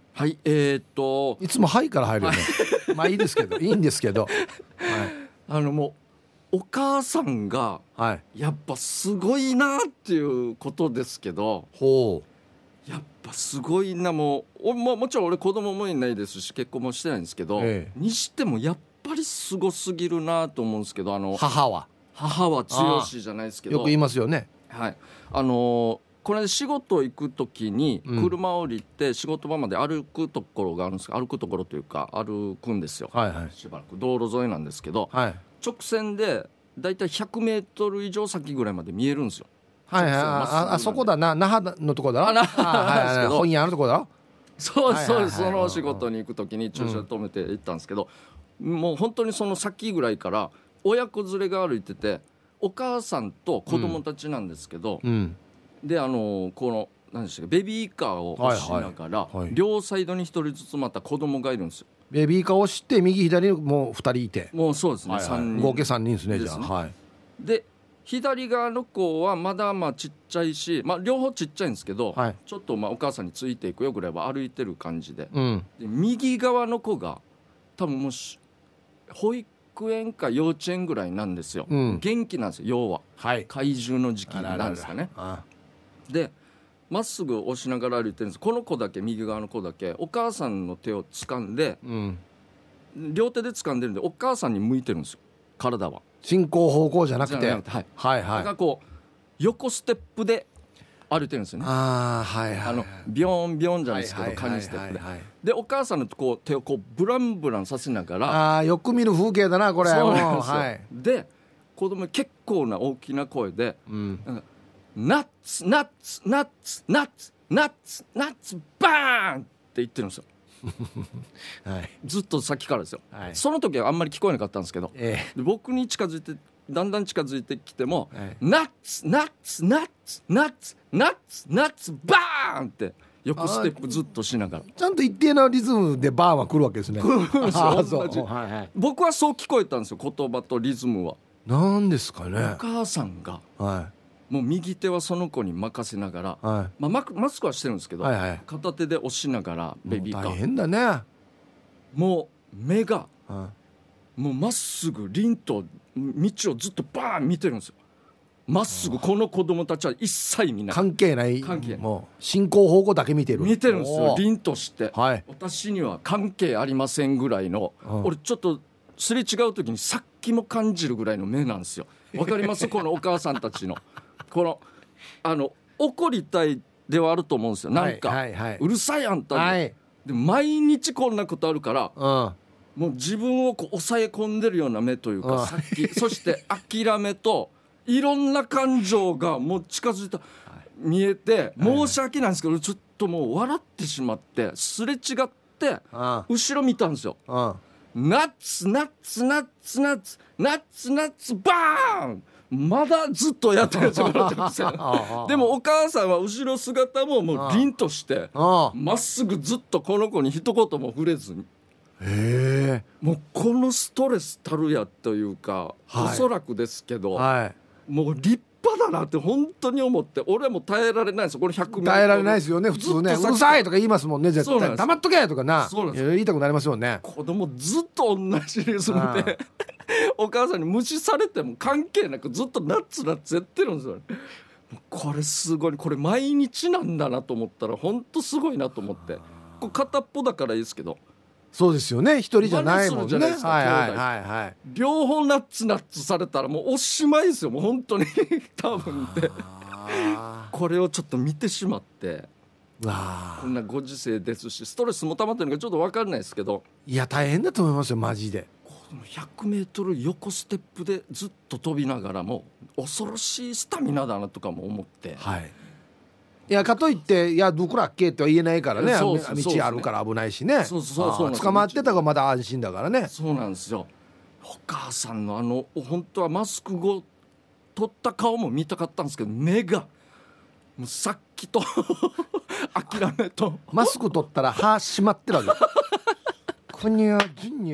はい、 いつもはいから入るよね。まあいいですけど、いいんですけど、はい、 もうお母さんがやっぱすごいなっていうことですけど、 ほやっぱすごいな。もちろん俺子供もいないですし結婚もしてないんですけど、にしてもやっぱりすごすぎるなと思うんですけど、母は強しじゃないですけど、 よく言いますよね。 はい、これ仕事行く時に車降りて仕事場まで歩くところがあるんですけど、歩くところというか歩くんですよ、はいはい、しばらく道路沿いなんですけど、はい、直線でだいたい100メートル以上先ぐらいまで見えるんですよ。 はいはい、あそこだな、那覇のところだろ、本屋のところだろ。 そうそう、その仕事に行く時に駐車止めて行ったんですけど、もう本当にその先ぐらいから親子連れが歩いてて、お母さんと子供たちなんですけど、でこの何でしたっけ、ベビーカーを押しながら、両サイドに1人ずつまた子供がいるんですよ。 ベビーカーを押して右左にもう2人いて、 もうそうですね、3人合計3人ですね、じゃあ、はい、 で左側の子はまだちっちゃいし、両方ちっちゃいんですけど、ちょっとお母さんについていくよぐらいは歩いてる感じで、で右側の子が多分もう保育園か幼稚園ぐらいなんですよ、元気なんですよ、要は、怪獣の時期なんですかね。でまっすぐ押しながら歩いてるんです。この子だけ、右側の子だけお母さんの手を掴んで、両手で掴んでるんでお母さんに向いてるんですよ、体は。 進行方向じゃなくて、はいはいはい、だからこう横ステップで歩いてるんですよね。ビヨンビヨンじゃないですけど、カニステップで、でお母さんのこう手をこうブランブランさせながら、 よく見る風景だなこれ。 そうなんですよ、で子供結構な大きな声で、ナッツナッツナッツナッツナッツナッツバーンって言ってるんですよずっと先からですよ、その時はあんまり聞こえなかったんですけど、で僕に近づいてだんだん近づいてきても、ナッツナッツナッツナッツナッツナッツバーンって横ステップずっとしながら、 ちゃんと一定のリズムでバーンは来るわけですね。 僕はそう聞こえたんですよ、言葉とリズムは。 なんですかね、 お母さんが、もう右手はその子に任せながら、マスクはしてるんですけど、片手で押しながらベビーカー、 大変だね。 もう目が、もうまっすぐ凛と道をずっとバーン見てるんですよ。まっすぐ、この子供たちは一切見ない、 関係ない、もう進行方向だけ見てるんですよ、凛として、私には関係ありませんぐらいの、俺ちょっとすれ違う時に殺気も感じるぐらいの目なんですよ。わかりますこのお母さんたちのこの怒りたいではあると思うんですよ、なんか、うるさいあんた、で毎日こんなことあるから、もう自分をこう抑え込んでるような目というか、殺気そして諦めといろんな感情がもう近づいた、見えて、申し訳ないんですけど、ちょっともう笑ってしまって、すれ違って後ろ見たんですよ。ナッツナッツナッツナッツナッツナッツバーン、まだずっとやってるやつが笑ってるんですよでもお母さんは後ろ姿ももう凛としてまっすぐずっとこの子に一言も触れずに、もうこのストレスたるやというか、おそらくですけど、もう立派だなって本当に思って、俺はもう耐えられないですよ、これ100メートル耐えられないですよね、普通ね。うるさいとか言いますもんね、絶対。黙っとけとかな、言いたくなりますよね。 子供ずっと同じリズムでお母さんに無視されても関係なくずっとナッツナッツやってるんですよ。これすごい、これ毎日なんだなと思ったら本当すごいなと思って、これ片っぽだからいいですけど、 そうですよね、一人じゃないもんね。 両方ナッツナッツされたらもうおしまいですよ、もう本当に多分ってこれをちょっと見てしまって、こんなご時世ですしストレスも溜まってるのかちょっと分かんないですけど、 いや大変だと思いますよマジで。 100メートル横ステップでずっと飛びながらも恐ろしいスタミナだなとかも思って、 いやかといっていやどこらっけとは言えないからね、道あるから危ないしね、捕まってたがまだ安心だからね。 そうなんですよ。お母さんの本当はマスク後取った顔も見たかったんですけど、目がもうさっきと諦めとマスク取ったら歯閉まってるわけこにゃじんに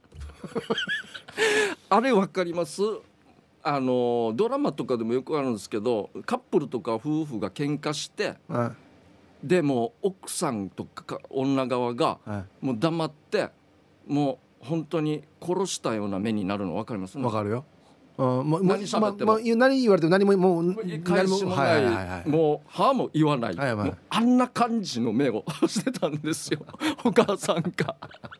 あれ分かります？ドラマとかでもよくあるんですけど、カップルとか夫婦が喧嘩して、 でもう奥さんとか女側がもう黙ってもう本当に殺したような目になるの分かります？ 分かるよ。 何喋っても、 何言われても何ももう返しもない、もう歯も言わない、もうあんな感じの目をしてたんですよお母さんが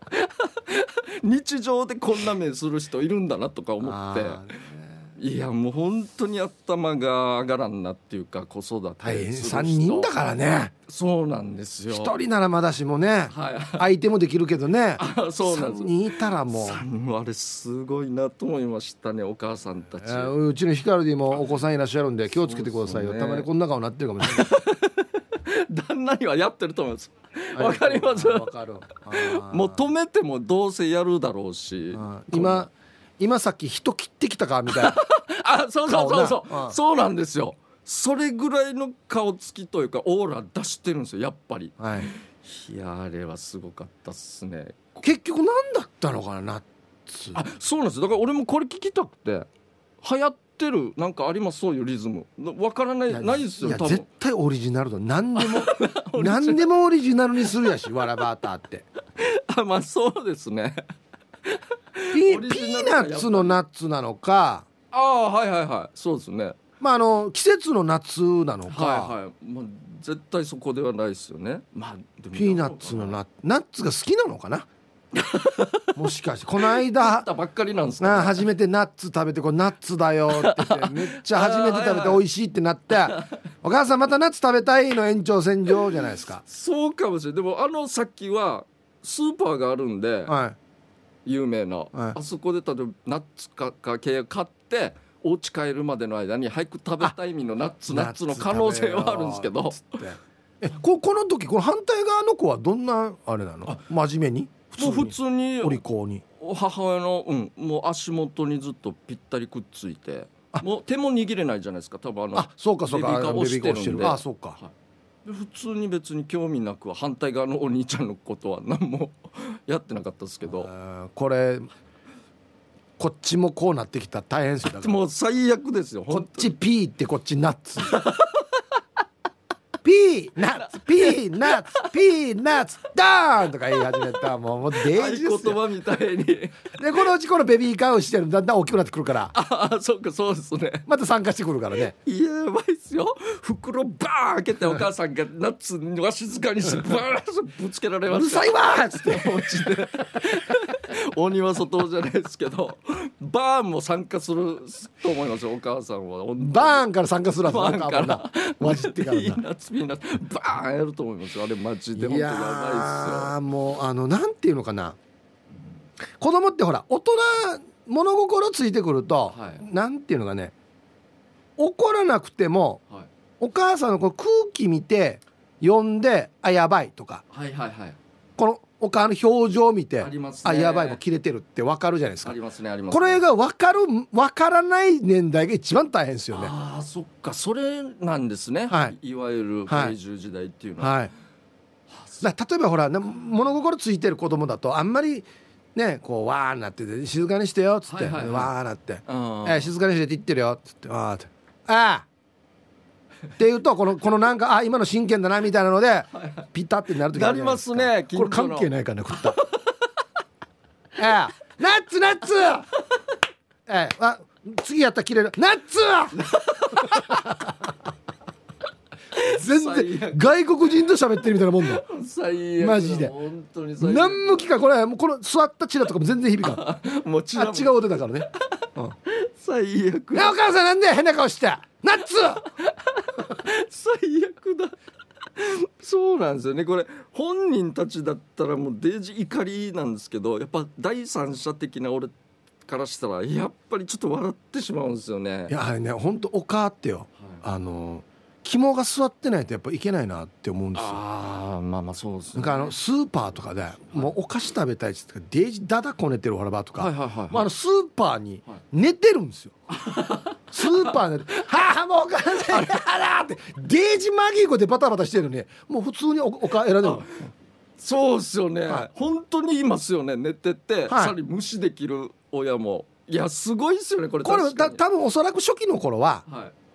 日常でこんな目する人いるんだなとか思って、いやもう本当に頭が上がらんなっていうか、子育て大変3人だからね。 そうなんですよ。 1人ならまだしもね、相手もできるけどねそうなんです。 3人いたらもう 3人あれすごいなと思いましたね、お母さんたち。 うちのヒカルディもお子さんいらっしゃるんで気をつけてくださいよ、たまにこんな顔なってるかもしれない旦那にはやってると思います。わかります。 わかる。 もう止めてもどうせやるだろうし、 今さっき人切ってきたかみたいなそうそうなんですよ。それぐらいの顔つきというかオーラ出してるんですよやっぱり、いやあれはすごかったっすね。 結局何だったのかな、ナッツ。 そうなんですよ。だから俺もこれ聞きたくて、流行ってるなんかあります？そういうリズムわからないですよ。 いや絶対オリジナルだ。何でも何でもオリジナルにするやし、わらバーターってまあそうですねピーナッツのナッツなのか、 そうですね。 季節の夏なのか、 まあ、絶対そこではないですよね。 でもピーナッツのナッツが好きなのかなもしかしてこの間ばっかりなんですか、 ね、初めてナッツ食べて、これナッツだよって言ってめっちゃ初めて食べて美味しいってなってお母さんまたナッツ食べたいの延長線上じゃないですか。 そうかもしれない。でもさっきはスーパーがあるんで、有名な、あそこで例えばナッツか契約買ってお家帰るまでの間に早く食べたい意味のナッツの可能性はあるんですけどこの時この反対側の子はどんなあれなの？真面目に普通にお利口に母親の、もう足元にずっとぴったりくっついて、もう手も握れないじゃないですか多分そうかそうか、 ベビーカー押してるんで、 そうか、 で普通に別に興味なく反対側のお兄ちゃんのことは何もやってなかったですけど、 これこっちもこうなってきたら大変ですよ。だからもう最悪ですよ。 こっちピーってこっちナッツピーナッツピーナッツピーナッツダーンとか言い始めたらもうデージですよ。 言葉みたいにでこのうちこのベビーカーをしてるのだんだん大きくなってくるから、 そうかそうですね。 また参加してくるからね。 いややばいっすよ。袋バーン開けてお母さんがナッツは静かにしてバーンぶつけられました。 うるさいわーっつってお家でお庭外じゃないですけどバーンも参加すると思いますよ。お母さんはバーンから参加するわけ。 バーンからマジってからなピーナッツバーンやると思いますよ。あれマジで本当やばいっすよ。 もうなんていうのかな、子供ってほら大人物心ついてくると、なんていうのかね、怒らなくても、お母さんのこの空気見て読んでやばいとか、このお母の表情を見てやばいもう切れてるって分かるじゃないですか。 ありますねありますね。 これが分からない年代が一番大変ですよね。 そっかそれなんですね、いわゆる怪獣時代っていうのは、例えばほら物心ついてる子供だとあんまりねこうわーなってて静かにしてよっつって、わーなって、静かにしてって言ってるよっつってああって言うとこのなんか今の真剣だなみたいなのでピタってなる時あるじゃないですか。 なりますね。 これ関係ないからね食ったナッツナッツ次やったら切れるナッツ全然外国人と喋ってるみたいなもんだ。 最悪マジで本当に最悪。 何も聞かこれもうこの座ったチラとかも全然響かんもちろんあっちが音だからね、 最悪。 お母さんなんで変な顔してナッツ最悪だそうなんですよね。これ本人たちだったらもうデージ怒りなんですけど、やっぱ第三者的な俺からしたらやっぱりちょっと笑ってしまうんですよね。 いやあれね本当お母ってよ、肝が座ってないとやっぱいけないなって思うんですよ。 まあそうですね。 なんかスーパーとかでもうお菓子食べたいっつってデージダダこねてるわらばとか、スーパーに寝てるんですよ、スーパーではあもうお母さんやだってデージマギーコでバタバタしてるのにもう普通にお母選んでる。 そうですよね、本当にいますよね。寝てて、さり無視できる親もいやすごいですよね。これ多分おそらく初期の頃は、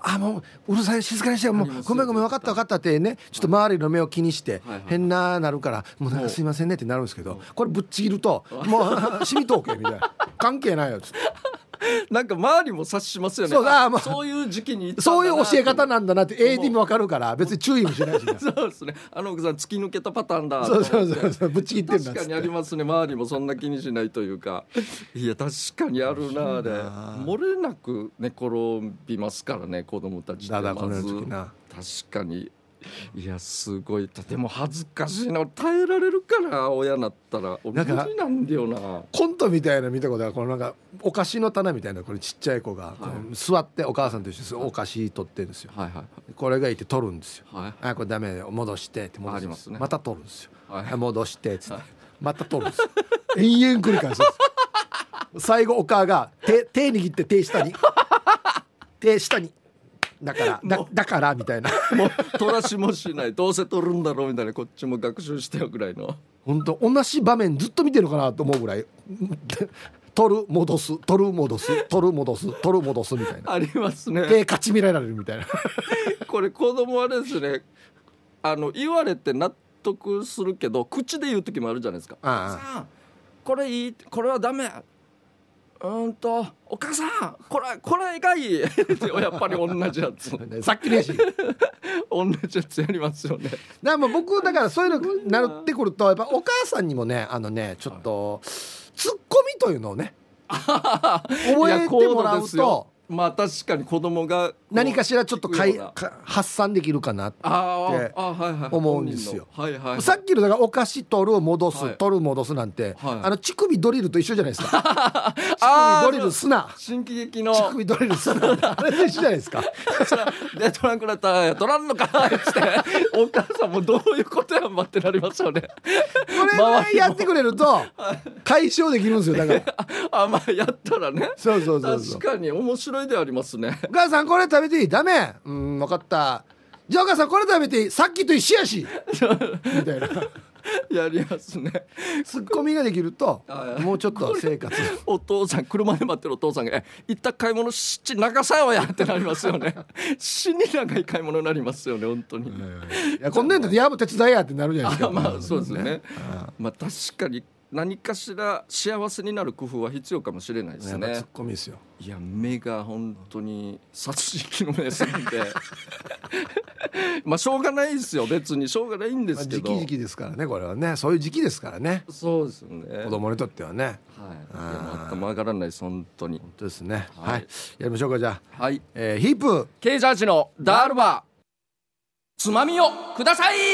もううるさい、静かにしてもうごめん分かったってね、ちょっと周りの目を気にして、変ななるからもうなんかすいませんねってなるんですけど、これぶっちぎるともうしみとけみたいな、関係ないよつってなんか周りも察しますよね。そういう時期にそういう教え方なんだなって AD も分かるから別に注意もしないし、ね、 そうですね、奥さん突き抜けたパターンだ。 そうぶっちぎってるんだっつって。 確かにありますね、周りもそんな気にしないというか。いや確かにあるな。あれ漏れなく寝転びますからね、子供たちって。まず確かに。いやすごい。でも恥ずかしいな、耐えられるから親なったら。俺無理なんだよな。 コントみたいな見たことは、このなんかお菓子の棚みたいな、これちっちゃい子が、座ってお母さんと一緒にお菓子取ってるんですよ、これがいて取るんですよ、これダメよ戻してって戻すんです、また取るんですよ、戻してっつって、また取るんですよ、延々繰り返すんです。最後お母が手握って手下にだからみたいな、 もう取らしもしない、どうせ取るんだろうみたいな、こっちも学習してよぐらいの。 本当同じ場面ずっと見てるのかなと思うぐらい取る戻す取る戻す取る戻す取る戻すみたいな、 ありますね。 手勝ち見られるみたいなこれ子供はですね、言われて納得するけど口で言う時もあるじゃないですか。さあこれいい、これはダメ、お母さんこれがいいやっぱり同じやつさっきねし同じやつやりますよね。 僕だからそういうのなってくると、やっぱお母さんにもねちょっとツッコミというのをね覚えてもらうと、 まあ確かに子供が何かしらちょっと発散できるかなって思うんですよ。さっきのだからお菓子取る戻す、取る戻すなんて、乳首ドリルと一緒じゃないですか。乳首ドリル砂、 新喜劇の乳首ドリル砂あれと一緒じゃないですか。 で取らんくなったら取らんのかってお母さんもどういうことやんばってなりますよね。これやってくれると解消できるんですよ。だからまあやったらね。 そう確かに面白いでありますね。 お母さんこれ食べていい？ダメ？分かった。じゃあお母さんこれ食べていい？さっきと一緒やしみたいなやりますね。 ツッコミができるともうちょっと生活お父さん、車で待ってるお父さんが行った買い物長さよやってなりますよね。死に長い買い物になりますよね本当に。いやこんなんでやぶ手伝いやってなるじゃないですか。 まあそうですよね。まあ確かに何かしら幸せになる工夫は必要かもしれないですね。 ツッコミですよ。 いや目が本当に殺人鬼の目すぎてまあしょうがないですよ、別にしょうがないんですけど、 時期ですからね、これはね、そういう時期ですからね。 そうですよね、 子供にとってはね。 頭上がらないです、本当に。 本当ですね。はい、やりましょうか。じゃあ、ヒープ Kジャージのダールバーつまみをください。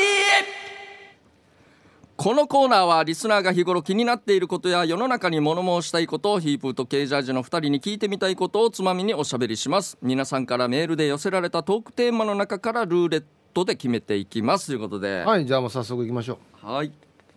このコーナーはリスナーが日頃気になっていることや世の中に物申したいことをヒープーとケイジャージの2人に聞いてみたいことをつまみにおしゃべりします。皆さんからメールで寄せられたトークテーマの中からルーレットで決めていきますということで、 はい、じゃあもう早速いきましょう。はい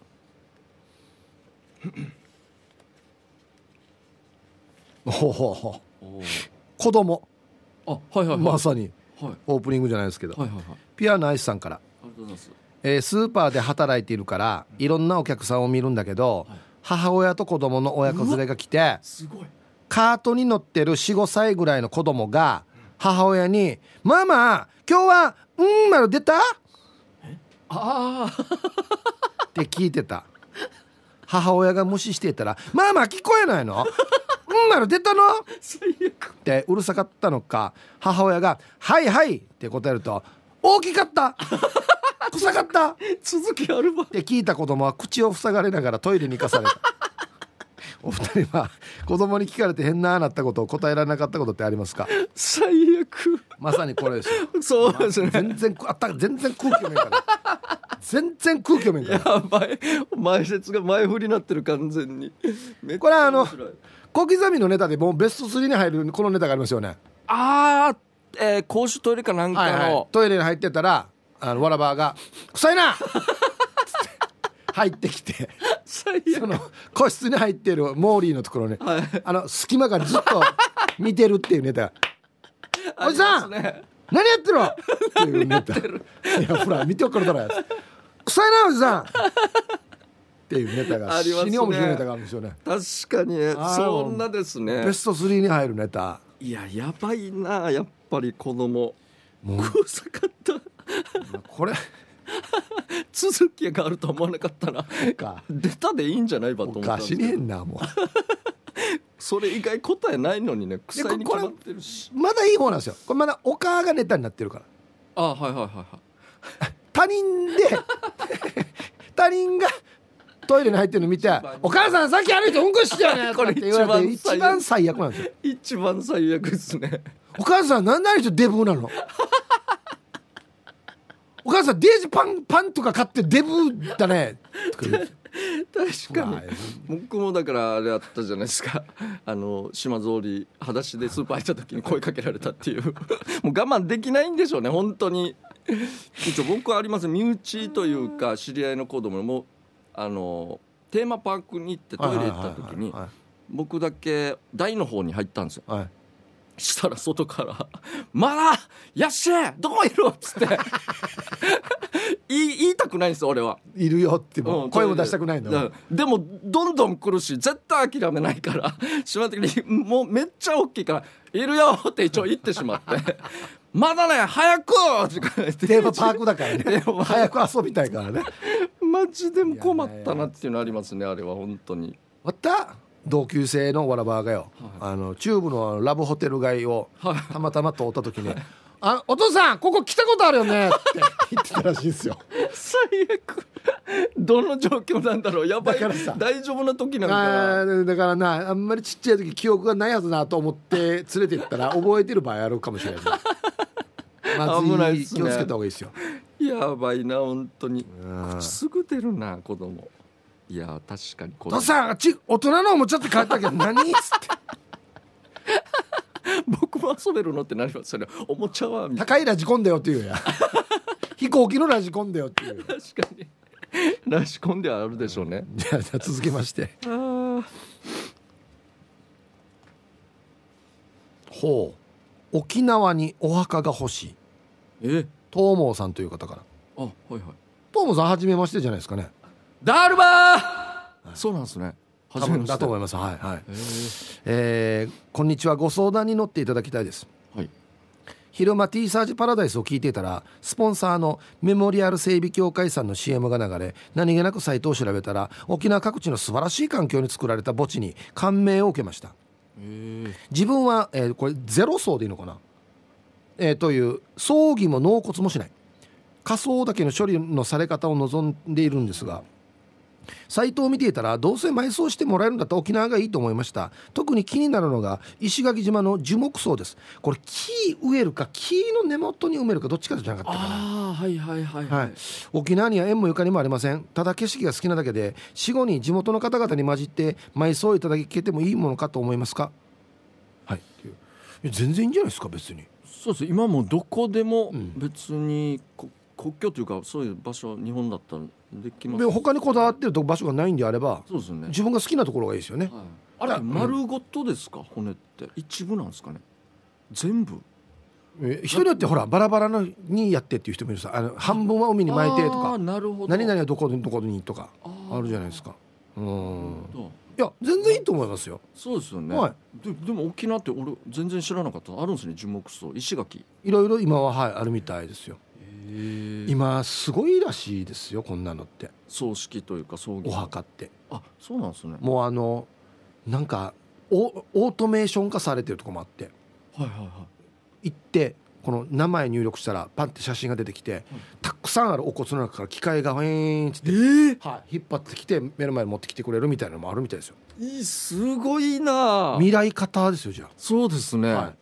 子供、 まさに、オープニングじゃないですけど、ピアノアイスさんから、 ありがとうございます。 スーパーで働いているからいろんなお客さんを見るんだけど、母親と子供の親子連れが来て、カートに乗ってる 4,5 歳ぐらいの子供が母親に「ママ今日は丸出た？」って聞いてた。母親が無視していたら「ママ聞こえないの？丸出たの？」ってうるさかったのか、母親が「はいはい」って答えると「大きかった臭かった続きあるわ」 って聞いた子供は口を塞がれながらトイレに行かされた。お二人は子供に聞かれて変ななったことを答えられなかったことってありますか？ 最悪。 まさにこれですよ。 そうですね。 全然空気読めんから全然空気読めんから。 やばい、前説が前振りになってる完全に。 これは小刻みのネタでもうベスト3に入るこのネタがありますよね。 公衆トイレかなんかの、 トイレに入ってたらわらばが「臭いな!」入ってきてその個室に入ってるモーリーのところね、隙間からずっと見てるっていうネタおじさん、何やってるのっていうネタ。いやほら見ておくからだろやつ臭いなおじさんっていうネタが死に面白いネタがあるんですよね。 確かにそんなですね。 ベスト3に入るネタ。 いややばいな、やっぱり子供もう臭かったこれ続きがあると思わなかったな出たでいいんじゃないばと思ったんですけどおかしねえなもうそれ以外答えないのにね臭いに決まってるしまだいい方なんですよ。これまだお母がネタになってるからあはいはいはいはい他人で他人がトイレに入ってるの見てお母さんさっき歩いてうんこしてたよねこれって言われて一番最悪なんですよ。 一番最悪ですね。 お母さんなんであの人デブなのお母さんデージパンとか買ってデブだねとか言う確かに僕もだからあれあったじゃないですか島ぞり裸足でスーパー行った時に声かけられたっていうもう我慢できないんでしょうね本当に。一応僕はあります身内というか知り合いの子供もテーマパークに行ってトイレ行った時に僕だけ台の方に入ったんですよ、はい、したら外から「まだやっしーどこいる?」っつって言いたくないんですよ俺はいるよっても声も出したくないの、 でもどんどん来るし絶対諦めないからしまってもうめっちゃ大きいから「いるよ」って一応言ってしまってまだね早くって言ってテーマパークだからね早く遊びたいからねマジでも困ったなっていうのありますねあれは本当に。 また同級生のわらばがよ、はい、チューブのラブホテル街をたまたま通った時にお父さんここ来たことあるよねって言ってたらしいんですよ最悪どの状況なんだろうやばいからさ大丈夫な時なんかなだからなあんまりちっちゃい時記憶がないはずなと思って連れて行ったら覚えてる場合あるかもしれないまずい、危ないですね、気をつけた方がいいですよ。 やばいな本当に口すぐ出るな子供。いや確かに父さん大人のおもちゃって帰ったけど何っつって僕も遊べるのってなりますよね。おもちゃは高いラジコンだよっていうや飛行機のラジコンだよっていう確かにラジコンではあるでしょうね。 じゃあ続けましてほう沖縄にお墓が欲しい東毛さんという方からあはいはい東毛さん初めましてじゃないですかね。 ダルバー、はい、そうなんですね初めましてだと思いますはいはい、こんにちはご相談に乗っていただきたいです、はい、昼間 T サージパラダイスを聞いていたらスポンサーのメモリアル整備協会さんの CM が流れ何気なくサイトを調べたら沖縄各地の素晴らしい環境に作られた墓地に感銘を受けました。自分は、これゼロ葬でいいのかな、という葬儀も納骨もしない火葬だけの処理のされ方を望んでいるんですがサイトを見ていたらどうせ埋葬してもらえるんだったら沖縄がいいと思いました。特に気になるのが石垣島の樹木葬です。これ木植えるか木の根元に埋めるかどっちかじゃなかったかな。 はいはいはい、 はい、沖縄には縁もゆかりもありません。ただ景色が好きなだけで死後に地元の方々に混じって埋葬いただけてもいいものかと思いますか。はい、全然いいんじゃないですか別に。 そうです今もどこでも別に、国境というかそういう場所日本だったらできます、 で他にこだわってる場所がないんであればそうです、ね、 自分が好きなところがいいですよね、 はい、あれ丸ごとですか、骨って一部なんですかね全部。 人によってほらバラバラのにやってっていう人もいるさ半分は海に巻いてとかなるほど何々はどこにとかあるじゃないですか。いや全然いいと思いますよ。 そうですよね、 はい、 でも沖縄って俺全然知らなかったあるんですね樹木葬石垣いろいろ今は、はい、あるみたいですよ。今すごいらしいですよこんなのって葬式というか葬儀お墓ってそうなんですね。 もうなんかオートメーション化されてるとこもあってはいはいはい行ってこの名前入力したらパンって写真が出てきて、たくさんあるお骨の中から機械がウィーンってはい、引っ張ってきて目の前に持ってきてくれるみたいなのもあるみたいですよ。 すごいな未来型ですよじゃあ。 そうですね、 はい、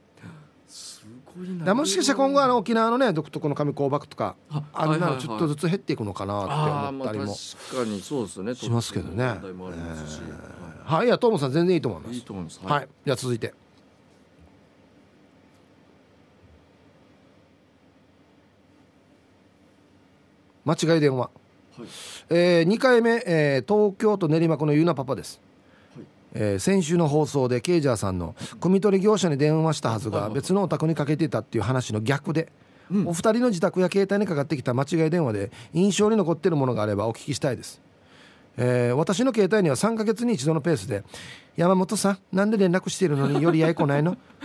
もしかしたら今後沖縄のね独特の紙工箱とかあんなのちょっとずつ減っていくのかなって思ったりも確かにそうですねしますけどね。はい、いやトモさん全然いいと思います。 いいと思います、 はい、じゃあ続いて間違い電話、はい2回目、東京都練馬区のゆなパパです。先週の放送でケイジャーさんの汲み取り業者に電話したはずが別のお宅にかけていたっていう話の逆で、お二人の自宅や携帯にかかってきた間違い電話で印象に残っているものがあればお聞きしたいです。私の携帯には3ヶ月に一度のペースで山本さんなんで連絡しているのにより合い来ないの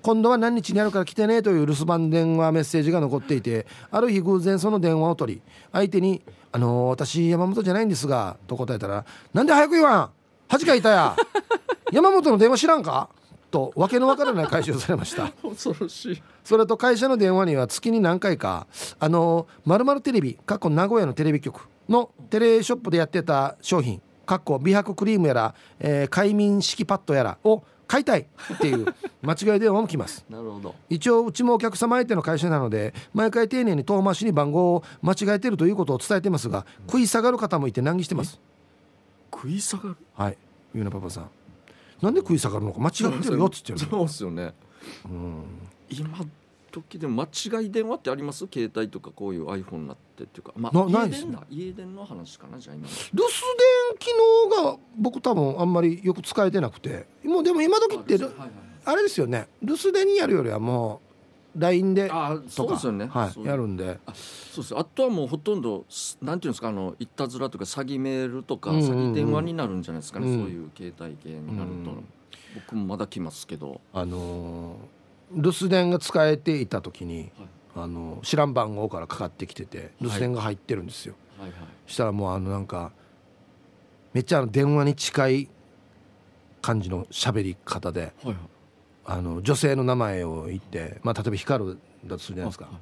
今度は何日にあるから来てねという留守番電話メッセージが残っていて、ある日偶然その電話を取り、相手に私山本じゃないんですがと答えたら、なんで早く言わん、恥かいたや山本の電話知らんかとわけのわからない回収されました。 恐ろしい。 それと会社の電話には月に何回か〇〇テレビ名古屋のテレビ局のテレショップでやってた商品美白クリームやら、快眠式パッドやらを買いたいっていう間違い電話も来ます。 なるほど。 一応うちもお客様相手の会社なので毎回丁寧に遠回しに番号を間違えてるということを伝えてますが、食い下がる方もいて難儀してます。 食い下がる。 はい、ゆうなパパさん、なんで食い下がるのか、間違ってるよっつってる。 そうですよね。今時でも間違い電話ってあります？携帯とかこういう iPhone になってっていうか、 ないですね。 家電の話かな。じゃあ今留守電機能が僕多分あんまりよく使えてなくて、もうでも今時ってあれですよね、留守電にやるよりはもう LINE でとか、 そうですよね、 やるんで、 そうです。あとはもうほとんどなんていうんですか、いたずらとか詐欺メールとか詐欺電話になるんじゃないですかね、そういう携帯系になると。僕もまだ来ますけど、 留守電が使えていた時に、知らん番号からかかってきてて留守電が入ってるんですよ。したらもうなんかめっちゃ電話に近い感じの喋り方で、女性の名前を言って、例えば光だとするじゃないですか。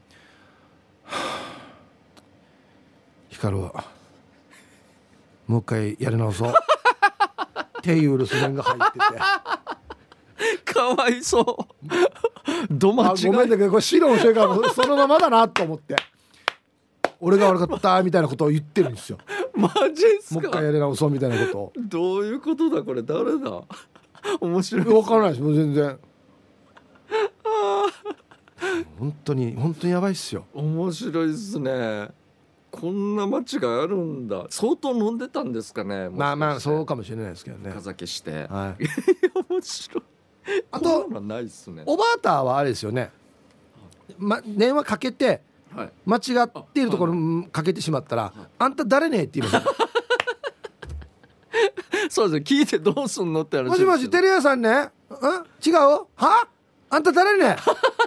光はもう一回やり直そうっていう留守電が入っててかわいそうど間違い。 ごめんだけどこれ白の教えがそのままだなと思って俺が悪かったみたいなことを言ってるんですよ。 マジっすか。 もう一回やり直そうみたいなことを。 どういうことだこれ、誰だ。面白い。 分からないですもう全然本当にやばいっすよ。 面白いっすね。こんな間違いあるんだ。相当飲んでたんですかね。 まあそうかもしれないですけどね。 深酒して、 はい、 面白い。 あとないっすね。 おばあたはあれですよね、電話かけて、間違っているところかけてしまったら、あんた誰ねって言いますそうですね。聞いてどうすんのって話。 もしもしテレ屋さんね、違うはあんた誰ね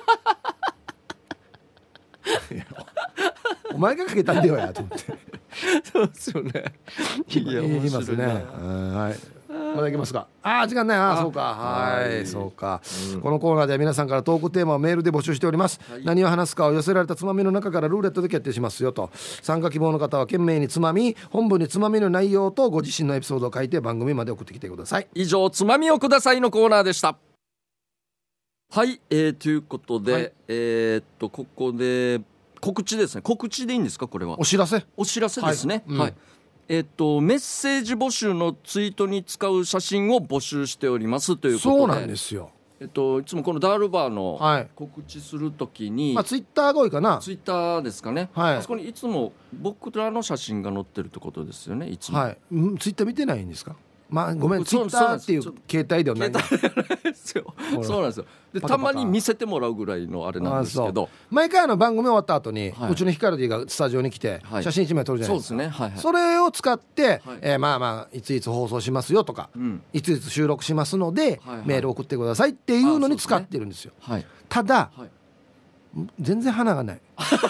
お前がかけたんだよやと思ってそうですよね。 言いますね。はい、まだいきますか。時間ない。そうか。はい、そうか、このコーナーでは皆さんからトークテーマをメールで募集しております。何を話すかを寄せられたつまみの中からルーレットで決定しますよと。参加希望の方は懸命につまみ、本文につまみの内容とご自身のエピソードを書いて番組まで送ってきてください。 以上、つまみをくださいのコーナーでした。はい、ということで、ここで告知ですね。告知でいいんですか、これは。お知らせですね。はい、メッセージ募集のツイートに使う写真を募集しておりますということで。 そうなんですよ。 いつもこのダールバーの告知するときに、 ツイッターが多いかな。 ツイッターですかね。あそこにいつも僕らの写真が載ってるってことですよね。いつも。 ツイッター見てないんですか。ごめん、ツイッターっていう携帯ではないんですよ。そうなんですよ。でたまに見せてもらうぐらいのあれなんですけど、 毎回番組終わった後に、うちのヒカルディがスタジオに来て、写真1枚撮るじゃないですか。そうですね。それを使って、いついつ放送しますよとか、いついつ収録しますので、メール送ってくださいっていうのに使ってるんですよ。ただ、全然花がない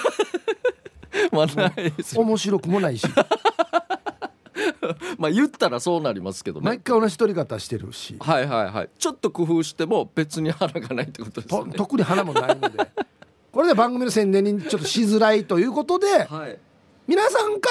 面白くもないし言ったらそうなりますけどね。 毎回同じ撮り方してるし、 ちょっと工夫しても別に花がないってことですよね。 特に花もないのでこれで番組の宣伝にちょっとしづらいということで、皆さんから、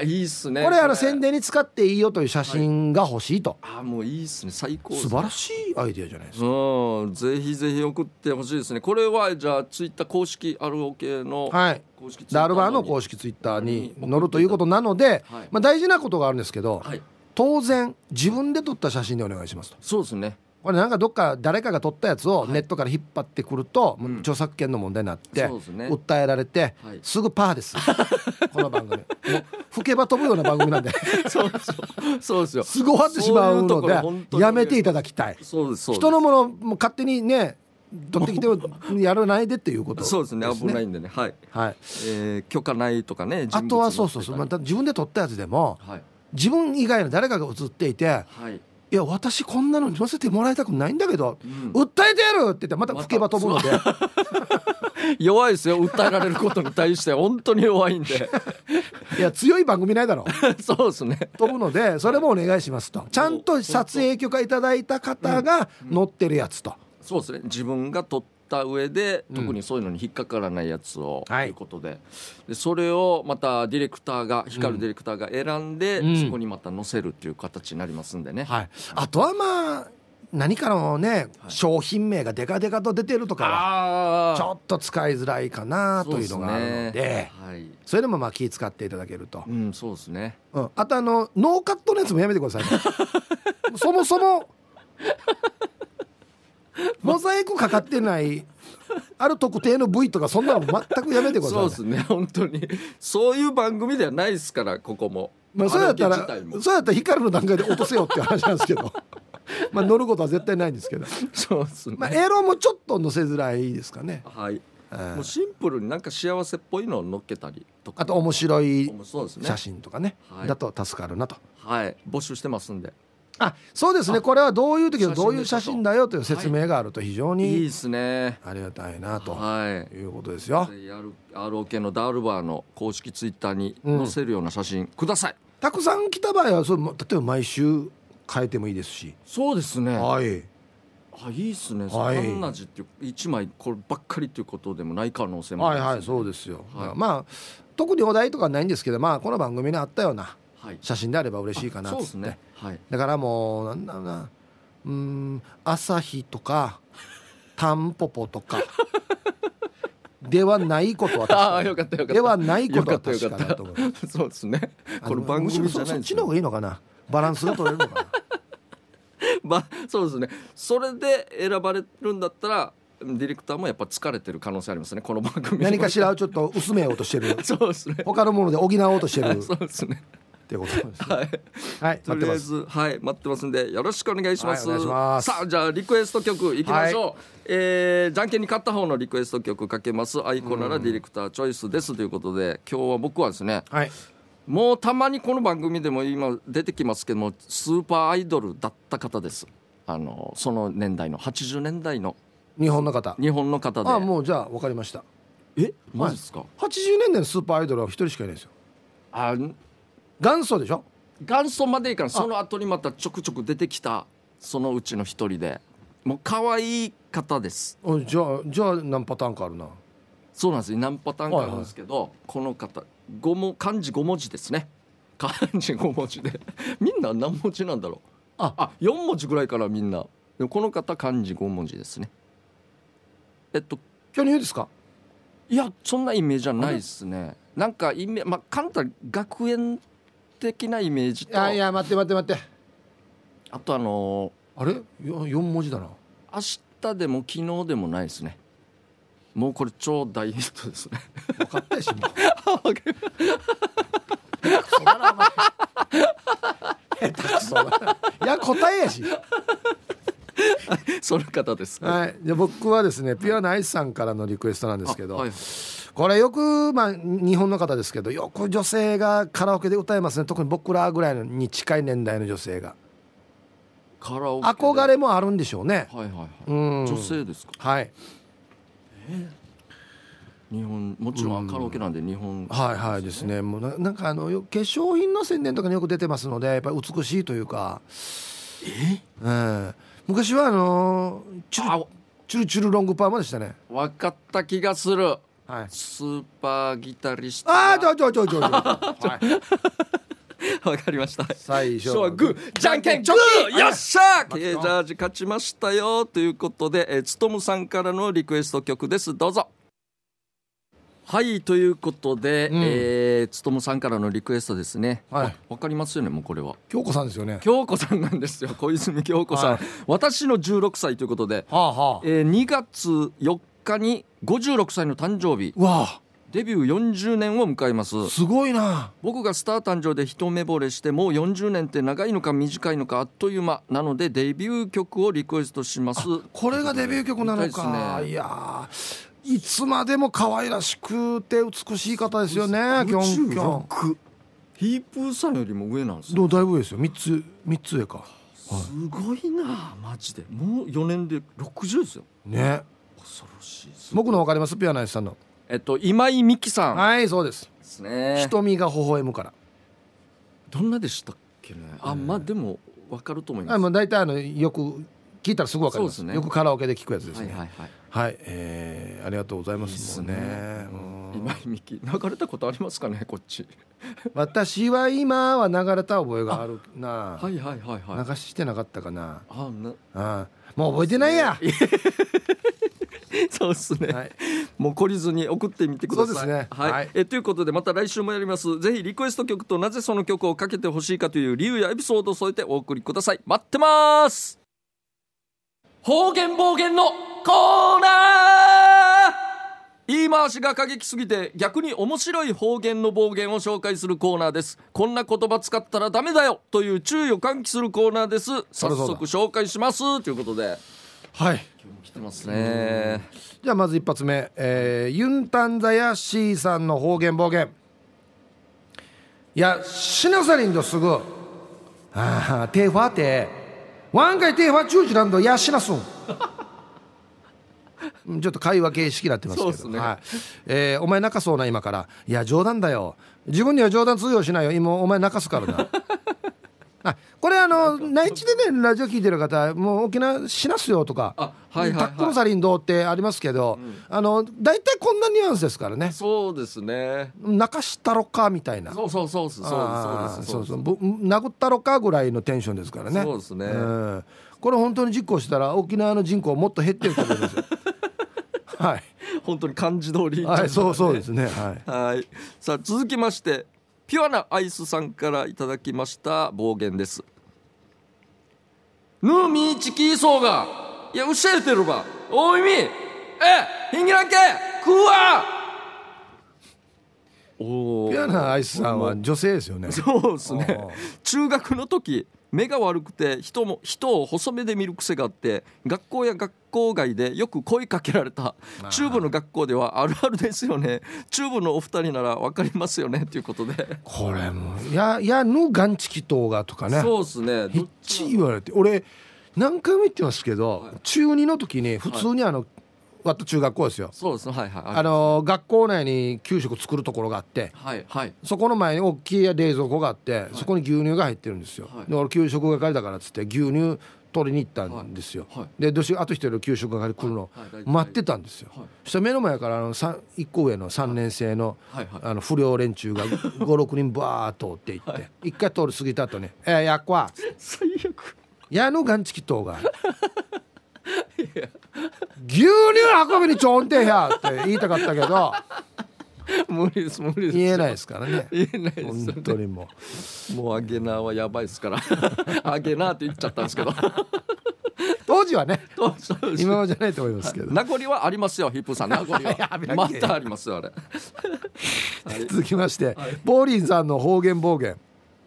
いいっすね、 これ宣伝に使っていいよという写真が欲しいと。 もういいっすね、最高ですね。 素晴らしいアイデアじゃないですか。 ぜひぜひ送ってほしいですね。これはじゃあツイッター公式 ROK の、公式ダールバーの公式ツイッターに載るということなので、大事なことがあるんですけど、当然自分で撮った写真でお願いしますと。 そうですね。 これなんかどっか誰かが撮ったやつをネットから引っ張ってくると、著作権の問題になって、訴えられて、すぐパーですこの番組もう吹けば飛ぶような番組なんでそうですよ。 すぐ終わってしまうのでやめていただきたい。人のものも勝手にね取ってきてやらないでっていうことですね。 そうですね、危ないんでね。許可ないとかね。 あとはまた自分で撮ったやつでも、自分以外の誰かが写っていて、 いや私こんなのに乗せてもらいたくないんだけど、訴えてやるって言ってまた吹けば飛ぶので、 弱いですよ、訴えられることに対して本当に弱いんでいや強い番組ないだろそうですね、 飛ぶのでそれもお願いしますと、ちゃんと撮影許可いただいた方が乗ってるやつと、 そうですね、自分が撮った上で特にそういうのに引っかからないやつをということで、でそれをまたディレクターが光るディレクターが選んで、そこにまた載せるっていう形になりますんでね、 あとはまあ何かのね、商品名がデカデカと出てるとかはちょっと使いづらいかなというのがあるので、それでもまあ気使っていただけると、 そうですね、 あとノーカットのやつもやめてくださいねそもそもモザイクかかってないある特定の部位とかそんなの全くやめてくださいね。 そうですね、本当にそういう番組ではないですから、ここも、 そうやったら光の段階で落とせよっていう話なんですけどまあ乗ることは絶対ないんですけど、 そうですね、 エロもちょっと乗せづらいですかね。 もうシンプルになんか幸せっぽいのを乗っけたりとか、 あと面白い写真とかね、だと助かるなと。 募集してますんで。 そうですね、これはどういう時のどういう写真だよという説明があると非常にいいですね、 ありがたいなということですよ。 ROK のダールバーの公式ツイッターに載せるような写真ください。 たくさん来た場合は例えば毎週変えてもいいですし。そうですね、 いいですね、同じっていう1枚こればっかりということでもない可能性もありますね。そうですよ、まあ特にお題とかないんですけど、まあこの番組にあったような写真であれば嬉しいかなって。そうですね、だからもうなんだろうな、朝日とかタンポポとかではないことは確かよかったよかった、 ではないことは確かだと思うそうですね、これ番組じゃないですね、 そっちの方がいいのかな、バランスが取れるのかなそうですね、それで選ばれるんだったらディレクターもやっぱ疲れてる可能性ありますね、この番組何かしらちょっと薄めようとしてるそうですね、 他のもので補おうとしてるそうですねってことですね。 とりあえず待ってますんでよろしくお願いします。 お願いします。 さあじゃあリクエスト曲いきましょう。じゃんけんに勝った方のリクエスト曲かけます。アイコならディレクターチョイスですということで、今日は僕はですね、もうたまにこの番組でも今出てきますけども、スーパーアイドルだった方です。その年代の80年代の日本の方で、もうじゃあ分かりました。 マジですか。 80年代のスーパーアイドルは一人しかいないですよ。元祖でしょ。 元祖までいかない、その後にまたちょくちょく出てきたそのうちの一人で、もう可愛い方です。 じゃあ何パターンかあるな。 そうなんですよ、何パターンかあるんですけど、この方漢字5文字ですね。漢字5文字でみんな何文字なんだろう。4文字ぐらいからみんな。でもこの方漢字5文字ですね。 巨乳ですか。 いやそんなイメージはないですね。なんか簡単学園的なイメージと、 いや待ってあとあれ4文字だな。 明日でも昨日でもないですね。もうこれ超大ヒットですね。 分かったしもういや答えやしその方です。 じゃあ僕はですね、ピュアなアイスさんからのリクエストなんですけど、これよく日本の方ですけど、よく女性がカラオケで歌えますね。特に僕らぐらいに近い年代の女性がカラオケ憧れもあるんでしょうね。 女性ですか。日本もちろんカラオケなんで日本ですね。もうなんか化粧品の宣伝とかによく出てますので、やっぱり美しいというか、昔はチュルチュルロングパーマでしたね。 分かった気がする。スーパーギタリスト。わかりました。 最初はグーじゃんけんチョキ、よっしゃー、Kジャージ勝ちましたよということで、つとむさんからのリクエスト曲です。どうぞ。ということで、つとむさんからのリクエストですね。わかりますよね。もうこれは京子さんですよね。 京子さんなんですよ。小泉京子さん、私の16歳ということで、2月4日に56歳の誕生日、デビュー40年を迎えます。 すごいな。 僕がスター誕生で一目惚れして、もう40年って長いのか短いのかあっという間なので、デビュー曲をリクエストします。 これがデビュー曲なのか。いやいつまでも可愛らしくて美しい方ですよね。キョンキョンヒープーさんよりも上なんですよ。 だいぶ上ですよ。3つ上か。 すごいなマジで。もう4年で60ですよね。 恐ろしいです。 僕の分かります？ピアナイスさんの今井美樹さんはいそうですですね。 瞳が微笑むから。 どんなでしたっけね。まあでも分かると思います。 もう大体よく聞いたらすぐ分かります。 そうですね。 よくカラオケで聞くやつですね。 はい、 ありがとうございます。 いいですね。今井美樹流れたことありますかねこっち。 私は今は流れた覚えがあるな。 はい、 流してなかったかな。もう覚えてないや。 そうですね、はい、もう懲りずに送ってみてください。 そうですね、 はい、ということでまた来週もやります。ぜひリクエスト曲となぜその曲をかけてほしいかという理由やエピソードを添えてお送りください。待ってます。方言暴言のコーナー。言い回しが過激すぎて逆に面白い方言の暴言を紹介するコーナーです。こんな言葉使ったらダメだよという注意を喚起するコーナーです。早速紹介しますということで、 はい、 今日も来てますね。 じゃあまず一発目、ユンタンザヤシーさんの方言暴言。いやしなさりんどすぐテーファーテワンカイテーファーチュージランドやしなすんちょっと会話形式になってますけど、 そうですね、 はいお前泣かそうな今から。いや冗談だよ、自分には冗談通用しないよ、今お前泣かすからなこれ内地でねラジオ聞いてる方もう沖縄しなすよとかタックルサリンドってありますけど、だいたいこんなニュアンスですからね。 そうですね。 泣かしたろかみたいな。 そう殴ったろかぐらいのテンションですからね。 そうですね、 これ本当に実行したら沖縄の人口もっと減ってると思いますよはい、 本当に漢字通り、 はい、そうですね、 はい、さあ続きましてピュアなアイスさんからいただきました暴言です。ヌーミーチキーソーがいや教えてるばおいみヒンギランケ食うわ。 ピュアなアイスさんは女性ですよね。 そうですね。中学の時目が悪くて人を細目で見る癖があって、学校や学校外でよく声かけられた。中部の学校ではあるあるですよね。中部のお二人なら分かりますよねということで、これもやぬがんちきとうがとかね。 そうですね。 ひっち言われて、俺何回も言ってますけど、中2の時に普通にわっと中学校ですよ。 そうですね、 学校内に給食作るところがあって、そこの前に大きい冷蔵庫があって、そこに牛乳が入ってるんですよ。で俺給食係だからっつって牛乳取りに行ったんですよ。であと一人給食係来るの待ってたんですよ。そしたら目の前から1個上の3年生の不良連中が 5,6 人バーッと通っていって一回通り過ぎた後ねやっこは最悪やのがんちきとうが牛乳運びにちょんてやって言いたかったけど無理です言えないですからね。 言えないですよね。 本当にもうアゲナーはやばいですからアゲナーって言っちゃったんですけど当時はね今はじゃないと思いますけど、 名残はありますよヒップさん。名残はまたありますよあれ続きまして、ボーリンさんの方言暴言。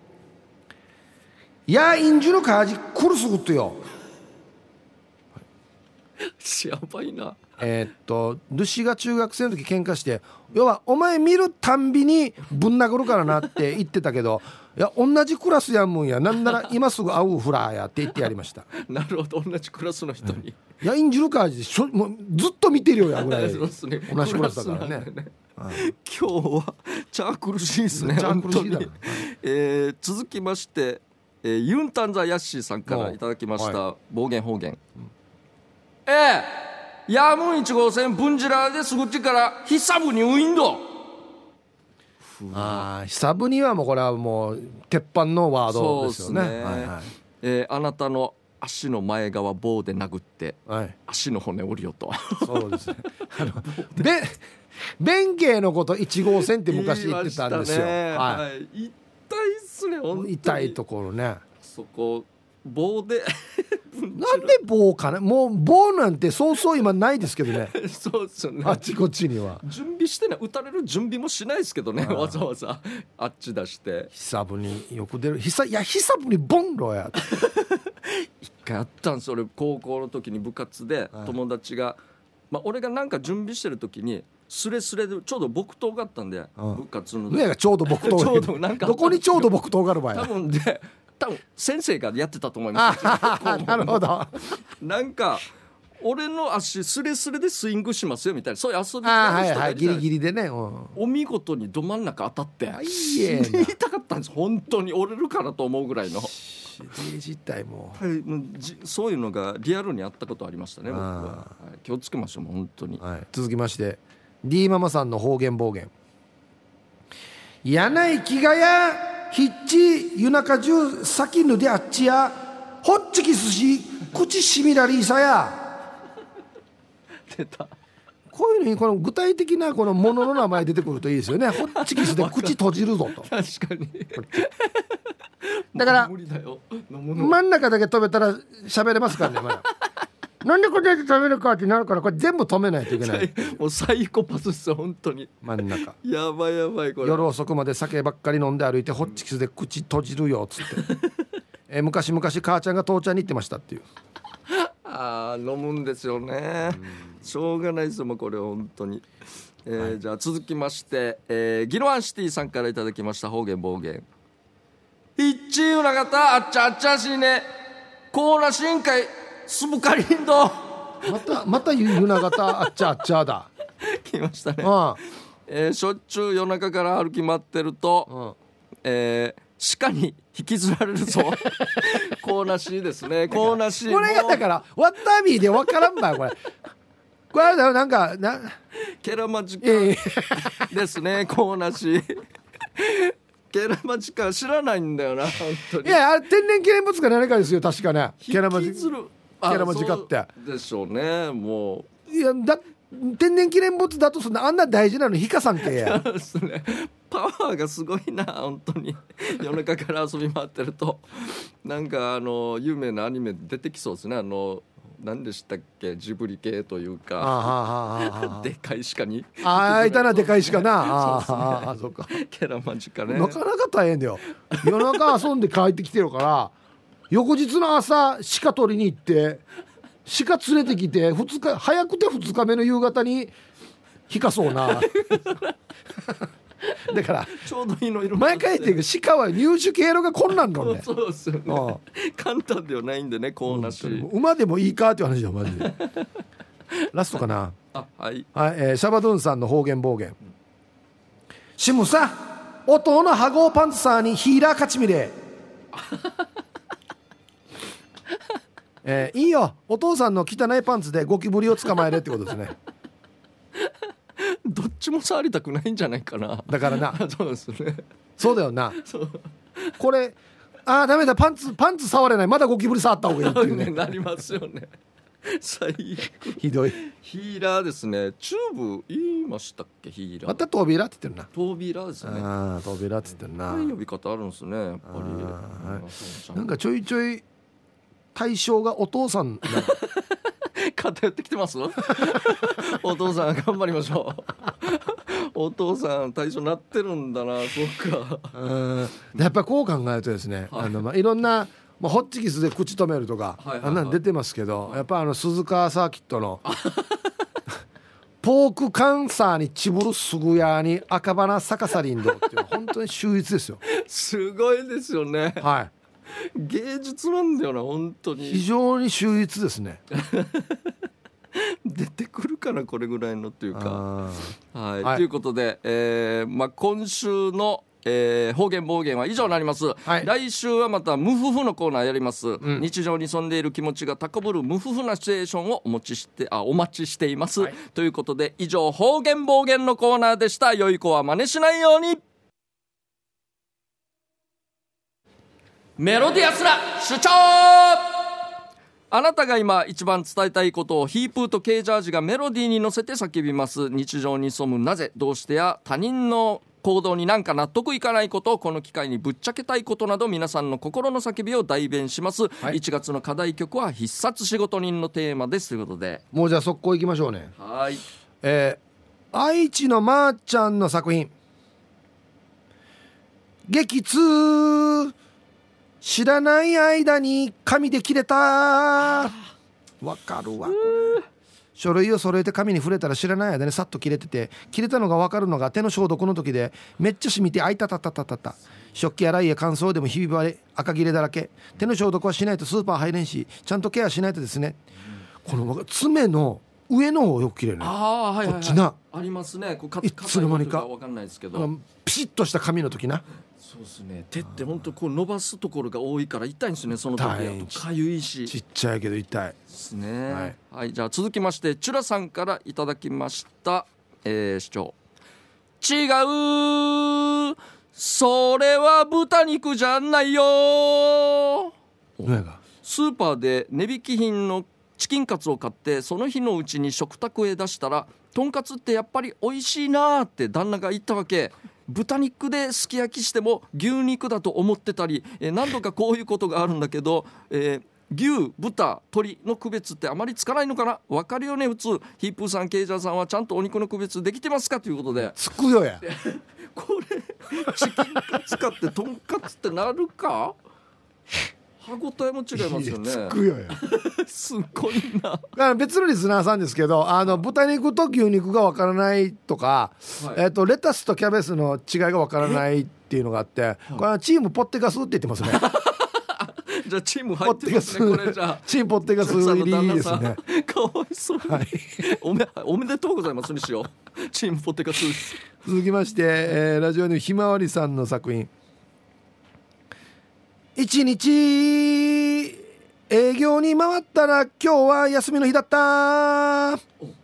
いやインジュのカージクルスグッとよやばいな。 ルシが中学生の時喧嘩して、要はお前見るたんびにぶん殴るからなって言ってたけど、いや同じクラスやもんや、なんなら今すぐ会うフラーやって言ってやりましたなるほど、同じクラスの人に、 いやインジュルカージでもうずっと見てるよやぐらいそうですね、 同じクラスだからね今日はチャー苦しいですね。 チャー苦しいだな、続きまして、ユンタンザヤッシーさんからいただきました、暴言方言、ヤムン1号線ブンジラーですぐっちからヒサブにウィンド。 ヒサブにはもうこれはもう鉄板のワードですよね。 あなたの足の前側棒で殴って、足の骨折りよと。 そうですね。弁慶のこと1号線って昔言ってたんですよ。 痛いっすね、本当に痛いところね。 そこ棒でなんで棒かね。もう棒なんてそうそう今ないですけどねそうですよね、 あっちこっちには準備してない、打たれる準備もしないですけどね、わざわざあっち出してヒサブによく出る。いやヒサブにボンロや一回あったんです。俺高校の時に部活で友達が、俺がなんか準備してる時にスレスレでちょうど木刀があったんで、部活の上がちょうど木刀ちょうどなんかどこにちょうど木刀がある場合多分で多分先生がやってたと思います。 なるほど。 なんか俺の足スレスレでスイングしますよみたいな、そういう遊びはいはい、ギリギリでね、 お見事にど真ん中当たって死に痛かったんです。本当に折れるかなと思うぐらいの実態も、 はい、そういうのがリアルにあったことありましたね僕は、はい、気をつけましょうもう本当に、 はい、続きまして D ママさんの方言暴言。柳井気がやひっち夜中中先ぬであっちやほっちきすし口しみらりさや。 出た。 こういうのにこの具体的なこのものの名前出てくるといいですよね。ホッチキスで口閉じるぞと。 確かに。 だから無理だよ、 真ん中だけ止めたら喋れますからね、まだなんでこれで止めるかってなるから、これ全部止めないといけない。 もうサイコパスですよ本当に。 真ん中やばいやばい。これ夜遅くまで酒ばっかり飲んで歩いてホッチキスで口閉じるよっつって昔々母ちゃんが父ちゃんに言ってましたっていう。 飲むんですよね、しょうがないですよもうこれ本当に、はい、じゃあ続きまして、ギロアンシティさんからいただきました方言暴言。いっちゅうなかたあっちゃあっちゃしねコーナ深海すぶかりんどまた夕方あっちゃあっちゃだ来ましたね。しょっちゅう夜中から歩き回ってると、鹿に引きずられるぞコーナシーですね。コーナシーこれがだからワッタービーで分からんばよこれこれだよなんかケラマジカですねコーナシーケラマジカ知らないんだよな本当に。 いやあれ天然記念物か何かですよ確かね。 ケラマジカってでしょうね。もういや天然記念物だとそんなあんな大事なのヒカさんけやですね。パワーがすごいな本当に夜中から遊び回ってるとなんか有名なアニメ出てきそうですね。何でしたっけジブリ系というかでかい鹿にいたなでかい鹿なそうかケラマジカね。 なかなか大変だよ。夜中遊んで帰ってきてるから翌日の朝鹿取りに行って鹿連れてきて早くて2日目の夕方に引かそうなだからちょうどいいの色毎回言ってるけど鹿は入手経路が困難なんだよ。 そうですよね。簡単ではないんでねコーナシー。 馬でもいいかっていう話だよマジでラストかな。 はい、 シャバドゥンさんの方言暴言。シムさ音のハゴーパンツさーにヒーラー勝ちみれいいよお父さんの汚いパンツでゴキブリを捕まえるってことですねどっちも触りたくないんじゃないかな。 だからなそうですね。 そうだよなこれダメだパンツ触れないまだゴキブリ触った方がいいっていうねなりますよね最悪。 ひどい。 ヒーラーですね。チューブ言いましたっけヒーラー。 また扉って言ってるな。 扉ですね。 扉って言ってるな。 呼び方あるんですねやっぱり。 なんかちょいちょい対象がお父さん偏ってきてますお父さん頑張りましょうお父さん対象なってるんだな。そうかやっぱりこう考えるとですね、いろんな、ホッチキスで口止めるとか、あんなの出てますけど、やっぱ鈴鹿サーキットのポークカンサーにチブルスグヤに赤花サカサリンドっていうのは本当に秀逸ですよすごいですよね。 はい芸術なんだよな本当に。 非常に秀逸ですね出てくるかなこれぐらいのっていうか。 はい、 ということで、今週の、方言暴言は以上になります、来週はまたムフフのコーナーやります、日常に潜んでいる気持ちが高ぶるムフフなシチュエーションをお待ちしています、ということで以上方言暴言のコーナーでした。良い子は真似しないように。メロディアスな主張。あなたが今一番伝えたいことをヒープーとケージャージがメロディーに乗せて叫びます。日常に潜むなぜどうしてや他人の行動になんか納得いかないことをこの機会にぶっちゃけたいことなど皆さんの心の叫びを代弁します、1月の課題曲は必殺仕事人のテーマですということで、 もうじゃあ速攻いきましょうね。 はい、 愛知のまーちゃんの作品激痛知らない間に髪で切れた。わかるわこれ。 書類を揃えて紙に触れたら知らない間にさっと切れてて、切れたのが分かるのが手の消毒の時で、めっちゃ染みてあいたたたたたた。食器洗いや乾燥でもひび割れ赤切れだらけ。手の消毒はしないとスーパー入れんし、ちゃんとケアしないとですね。この爪の上の方よく切れるね。 あ、はいはいはい、こっちなありますね。こういつの間にか分かんないですけど、 ピシッとした紙の時な。 そうですね。手って本当こう伸ばすところが多いから痛いんですね。その時かゆいし、 ちっちゃいけど痛いですね。はい、はい、じゃあ続きましてチュラさんからいただきました、主張。違う、それは豚肉じゃないよ。スーパーで値引き品のチキンカツを買って、その日のうちに食卓へ出したら、とんかつってやっぱり美味しいなーって旦那が言ったわけ。豚肉ですき焼きしても牛肉だと思ってたり、何度かこういうことがあるんだけど、牛、豚、鶏の区別ってあまりつかないのかな。分かるよね普通。ヒープーさん、ケイジャーさんはちゃんとお肉の区別できてますかということで。 つくよやこれチキンカツ買ってとんかつってなるか。歯ごたえも違いますよね。 つくよやすごいな。だから別のリスナーさんですけど、豚肉と牛肉がわからないとか、はい、レタスとキャベツの違いがわからないっていうのがあって、これはチームポッテガスって言ってますねじゃあチーム入ってますね。これじゃあチームポッテガス入りですね。 かわいそう、はい、おめでとうございますにしよう。チームポッテガス。 続きまして、ラジオネームひまわりさんの作品。一日営業に回ったら今日は休みの日だった。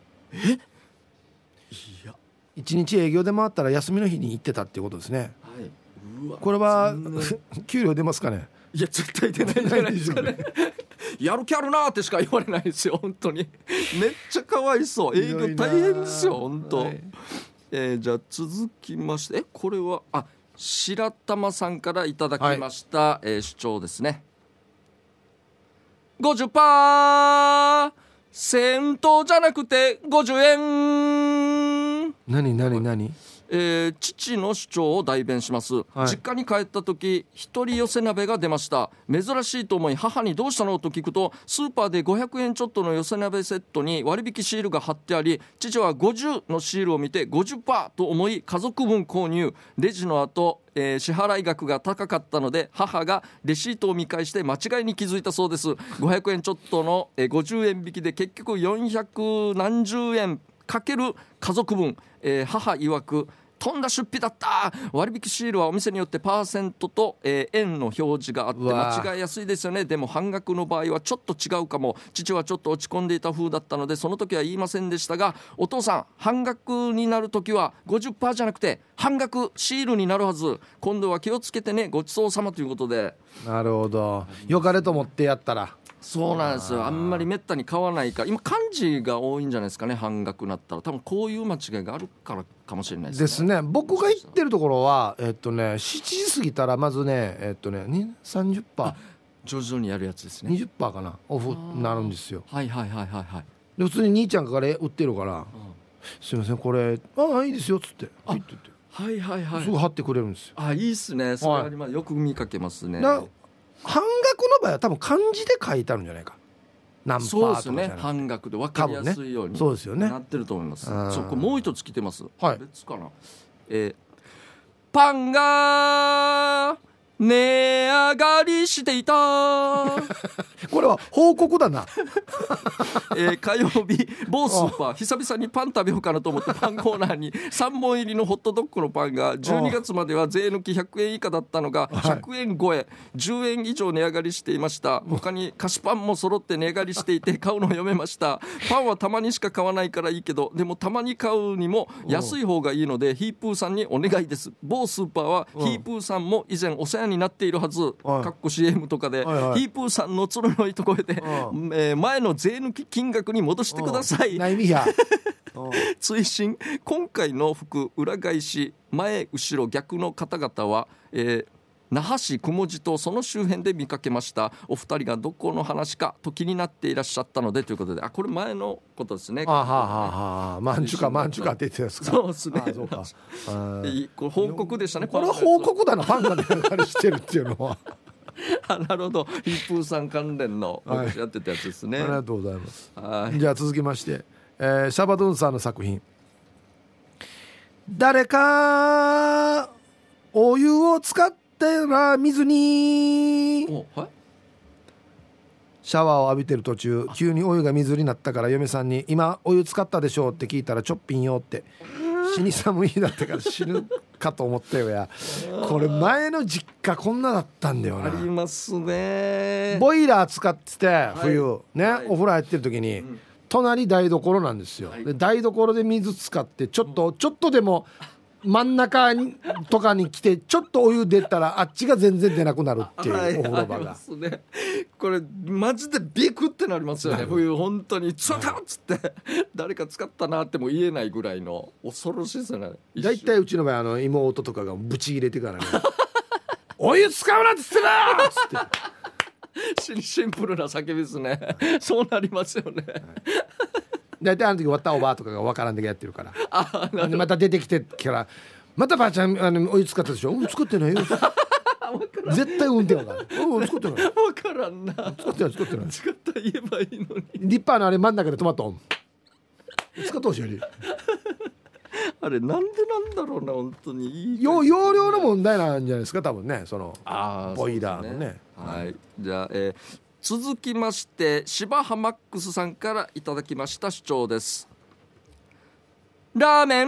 一日営業で回ったら休みの日に行ってたっていうことですね。はい、うわ、これは給料出ますかね。 いや絶対出ないんじゃないですかねやる気あるなってしか言われないですよ本当に。めっちゃかわいそう。営業大変ですよ本当。はい、じゃあ続きまして、これは白玉さんからいただきました、はい、主張ですね。 50% セントじゃなくて50円。 何、 父の主張を代弁します、はい、実家に帰った時一人寄せ鍋が出ました。珍しいと思い母にどうしたのと聞くと、スーパーで500円ちょっとの寄せ鍋セットに割引シールが貼ってあり、父は50のシールを見て 50% と思い家族分購入。レジの後、支払い額が高かったので母がレシートを見返して間違いに気づいたそうです。500円ちょっとの50円引きで結局400何十円かける家族分、母曰くとんだ出費だった。割引シールはお店によってパーセントと、円の表示があって間違いやすいですよね。でも半額の場合はちょっと違うかも。父はちょっと落ち込んでいた風だったのでその時は言いませんでしたが、お父さん半額になる時は 50% じゃなくて半額シールになるはず。今度は気をつけてね、ごちそうさまということで。 なるほど、よかれと思ってやったら。 そうなんですよ。あんまりめったに買わないから今漢字が多いんじゃないですかね。半額になったら多分こういう間違いがあるからかもしれないですね。 ですね。僕が行ってるところは7時過ぎたらまずね30% 徐々にやるやつですね。 20% かなオフになるんですよ。 はいはいはいはいはい。 で普通に兄ちゃんから売ってるから、すいませんこれいいですよっつってはいはいはい、 すぐ貼ってくれるんですよ。 いいっすね。それあります、よく見かけますね。 半額の場合は多分漢字で書いてあるんじゃないか。何パーとかじゃなくて、そうですね、 半額で分かりやすいように、 そうですよね、 なってると思います。そこもう一つ来てます、 はい、 別かな。パンが値上がりしていたこれは報告だな火曜日某スーパー久々にパン食べようかなと思ってパンコーナーに3本入りのホットドッグのパンが12月までは税抜き100円以下だったのが100円超え、10円以上値上がりしていました。他に菓子パンも揃って値上がりしていて買うのをやめました。パンはたまにしか買わないからいいけど、でもたまに買うにも安い方がいいのでヒープーさんにお願いです。某スーパーはヒープーさんも以前お世話になっているはず、かっこ CM とかで、ヒープーさんのつるのいところで、前の税抜き金額に戻してください。追伸、今回の服裏返し前後ろ逆の方々は、那覇市雲寺とその周辺で見かけました。お二人がどこの話かと気になっていらっしゃったのでということで、これ前のことですね。 マンチュカって言ってたやつか。 そうですね。これ報告でしたね。 これは報告だな。ファンが値上がりしてるっていうのはなるほど、ヒップーさん関連のやってたやつですね、 ありがとうございます。じゃあ続きまして、 シャバドゥンさんの作品、誰かお湯を使ったら水に、 はい、 シャワーを浴びてる途中急にお湯が水になったから嫁さんに今お湯使ったでしょうって聞いたらちょっぴんよって、死に寒い日だったから死ぬかと思ったよや。これ前の実家こんなだったんだよな。 ありますね。 ボイラー使ってて冬、はい、ね、はい、お風呂入ってる時に、隣台所なんですよ、はい、で台所で水使ってちょっとでも真ん中とかに来てちょっとお湯出たらあっちが全然出なくなるっていう、はい、お風呂場が、 ね、これマジでビクってなりますよね。冬本当につったっつって誰か使ったなっても言えないぐらいの恐ろしいですよね。 だいたいうちの場合妹とかがブチ入れてからねお湯使うなっつってなっつってシンプルな叫びですねそうなりますよね、はい、 だいたいあの時終わったおばあとかがわからんでやってるから、また出てきてからまたばあちゃんお湯使ったでしょ、作ってないよ絶対運転わからん、作ってないわからんな、 作ってない使った言えばいいのに、 リッパーのあれ真ん中で止まったん使ってほしいよりあれなんでなんだろうな本当に容量の問題なんじゃないですか多分ね、そのボイラーのね。 はい、じゃあ、続きまして芝ハマックスさんからいただきました主張です。ラーメン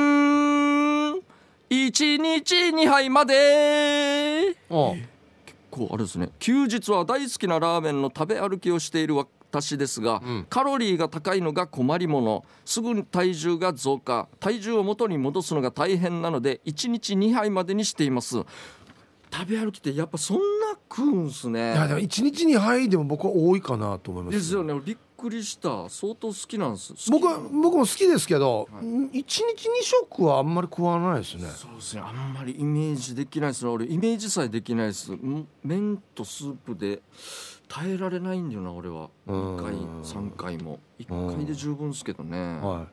1日2杯まで。結構あれですね。休日は大好きなラーメンの食べ歩きをしている私ですが、カロリーが高いのが困りもの、すぐに体重が増加、体重を元に戻すのが大変なので1日2杯までにしています。食べ歩きってやっぱそんな食うんすね。 いやでも1日2杯でも僕は多いかなと思います。 ですよね。びっくりした。相当好きなんです。 僕も好きですけど、はい、1日2食はあんまり食わないですね。 そうですね、あんまりイメージできないですね。俺イメージさえできないです。麺とスープで耐えられないんだよな俺は。2回3回も1回で十分ですけどね、はい、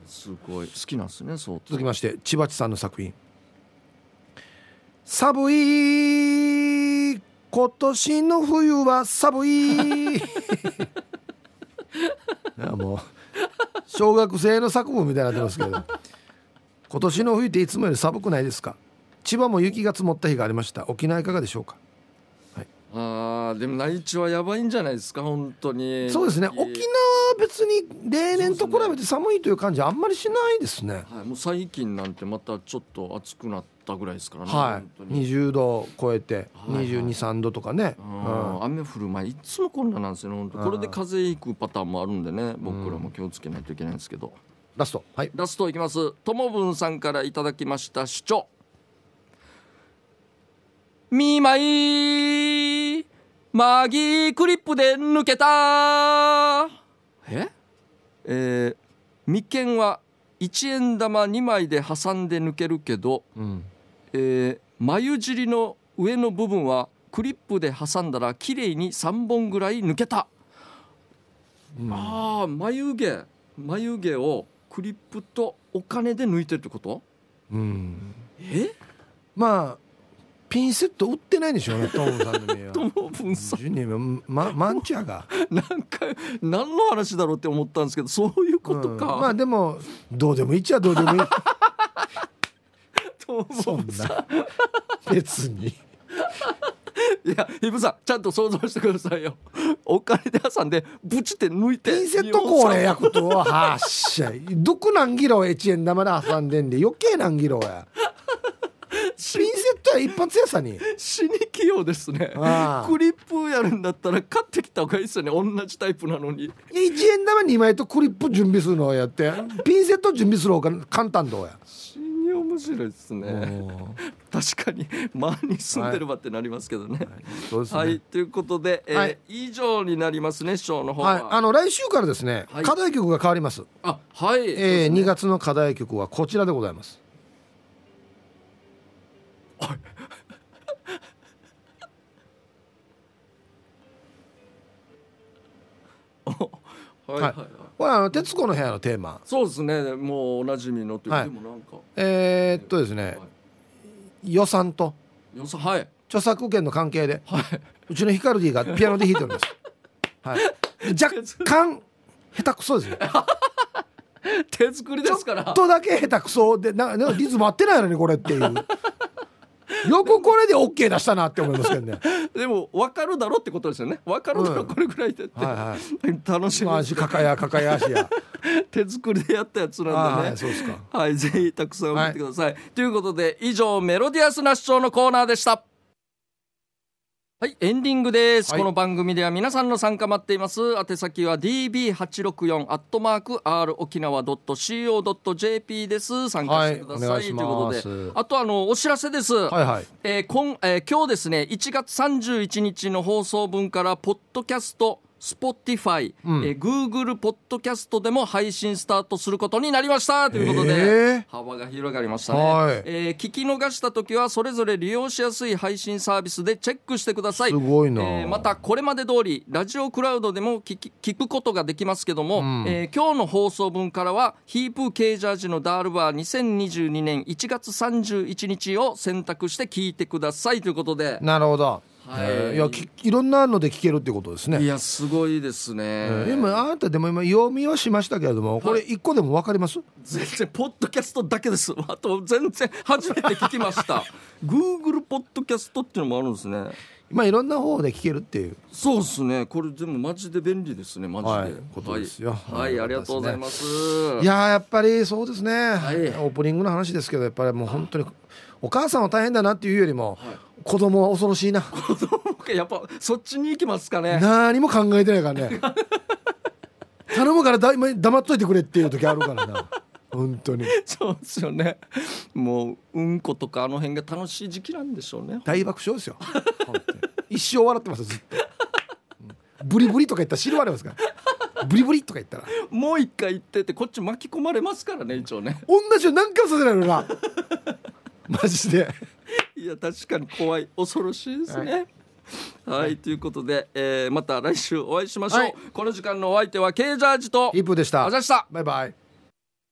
すごい好きなんですね。そう続きまして千葉地さんの作品、寒い今年の冬は寒いいやもう小学生の作文みたいになってますけど今年の冬っていつもより寒くないですか。千葉も雪が積もった日がありました。沖縄いかがでしょうか。 はい、でも内地はやばいんじゃないですか本当に。 そうですね、沖縄は別に例年と比べて寒いという感じはあんまりしないですね。 はい、もう最近なんてまたちょっと暑くなったぐらいですからね、 はい、20度超えて22、3度とかね、 雨降る前いつもこんななんですよ本当。これで風邪ひくパターンもあるんでね、僕らも気をつけないといけないんですけど。 ラスト、はい、 ラストいきます。ともぶんさんからいただきました主張、見舞いマギークリップで抜けた。眉間は1円玉2枚で挟んで抜けるけど、眉尻の上の部分はクリップで挟んだら綺麗に3本ぐらい抜けた。眉毛をクリップとお金で抜いてるってこと？ まあピンセット売ってないんでしょうね、トモブンさんの名は。 トモブンさんマンチャが何の話だろうって思ったんですけど、そういうことか、 まあでもどうでもいいっちゃどうでもいいトモブンさん別にいやヒブさんちゃんと想像してくださいよ。お金で挟んでブチって抜いてピンセットこれ焼くとはっしゃい毒何ギロ1円玉で挟んでんで余計何ギロやピンセットは一発やさに死に器用ですね。クリップやるんだったら買ってきた方がいいですよね。同じタイプなのに 1円玉2枚とクリップ準備するのをやってピンセット準備する方が簡単どうや。 死に面白いですね。確かに周りに住んでればってなりますけどね。 そうですね。 はい、ということで、以上になりますね。ショーの方は、 来週からですね、課題曲が変わります。 はい、 2月の課題曲はこちらでございます。これ徹子の部屋のテーマ。 そうですね、もうおなじみのという、でもなんかですね、予算と著作権の関係で、うちのヒカルディがピアノで弾いております。若干下手くそですよ手作りですからちょっとだけ下手くそでなんかリズム合ってないのにこれっていうよくこれで OK 出したなって思いますけどねでも分かるだろってことですよね。分かるだろ、これぐらいでって、はいはい、楽しみ足かかや足や手作りでやったやつなんでね、 はい、そうですか、 はい、ぜひたくさん送ってください、はい、ということで以上メロディアスな主張のコーナーでした。はい、エンディングです、はい、この番組では皆さんの参加待っています。宛先は db864@r 沖縄 .co.jp です。参加してください、はい、ということで、あとお知らせです、はいはい、今日ですね1月31日の放送分からポッドキャストSpotify、Google ポッドキャストでも配信スタートすることになりましたということで、幅が広がりましたね、はい、聞き逃した時はそれぞれ利用しやすい配信サービスでチェックしてください。 すごいな、 またこれまで通りラジオクラウドでも聞くことができますけども、今日の放送分からはヒープーケージャージのダールバー2022年1月31日を選択して聞いてくださいということで。 なるほど、はい、いろんなので聞けるってことですね。 いやすごいですね、 今あなたでも今読みはしましたけれども、はい、これ1個でも分かります？ 全然ポッドキャストだけです。あと全然初めて聞きましたGoogle ポッドキャストっていうのもあるんですね。 今いろんな方で聞けるっていう。 そうですね、これ全部マジで便利ですね、マジで、 はい、ことですよ。 はい、はい、ありがとうございます。 いややっぱりそうですね、はい、オープニングの話ですけど、やっぱりもう本当にお母さんは大変だなっていうよりも、はい、子供は恐ろしいな。 子供やっぱそっちに行きますかね。 何も考えてないからね頼むから黙っといてくれっていう時あるからな本当にそうですよね。もううんことかあの辺が楽しい時期なんでしょうね。 大爆笑ですよ本当に一生笑ってますずっと、ブリブリとか言ったら知るわれますからブリブリとか言ったらもう一回言っててこっち巻き込まれますからね、一応ね。 同じよ何回もさせないのなマジで。 いや確かに怖い、恐ろしいですね。はい、はい、ということで、また来週お会いしましょう、はい、この時間のお相手はケージャージとヒップでした。 あざした。 バイバイ。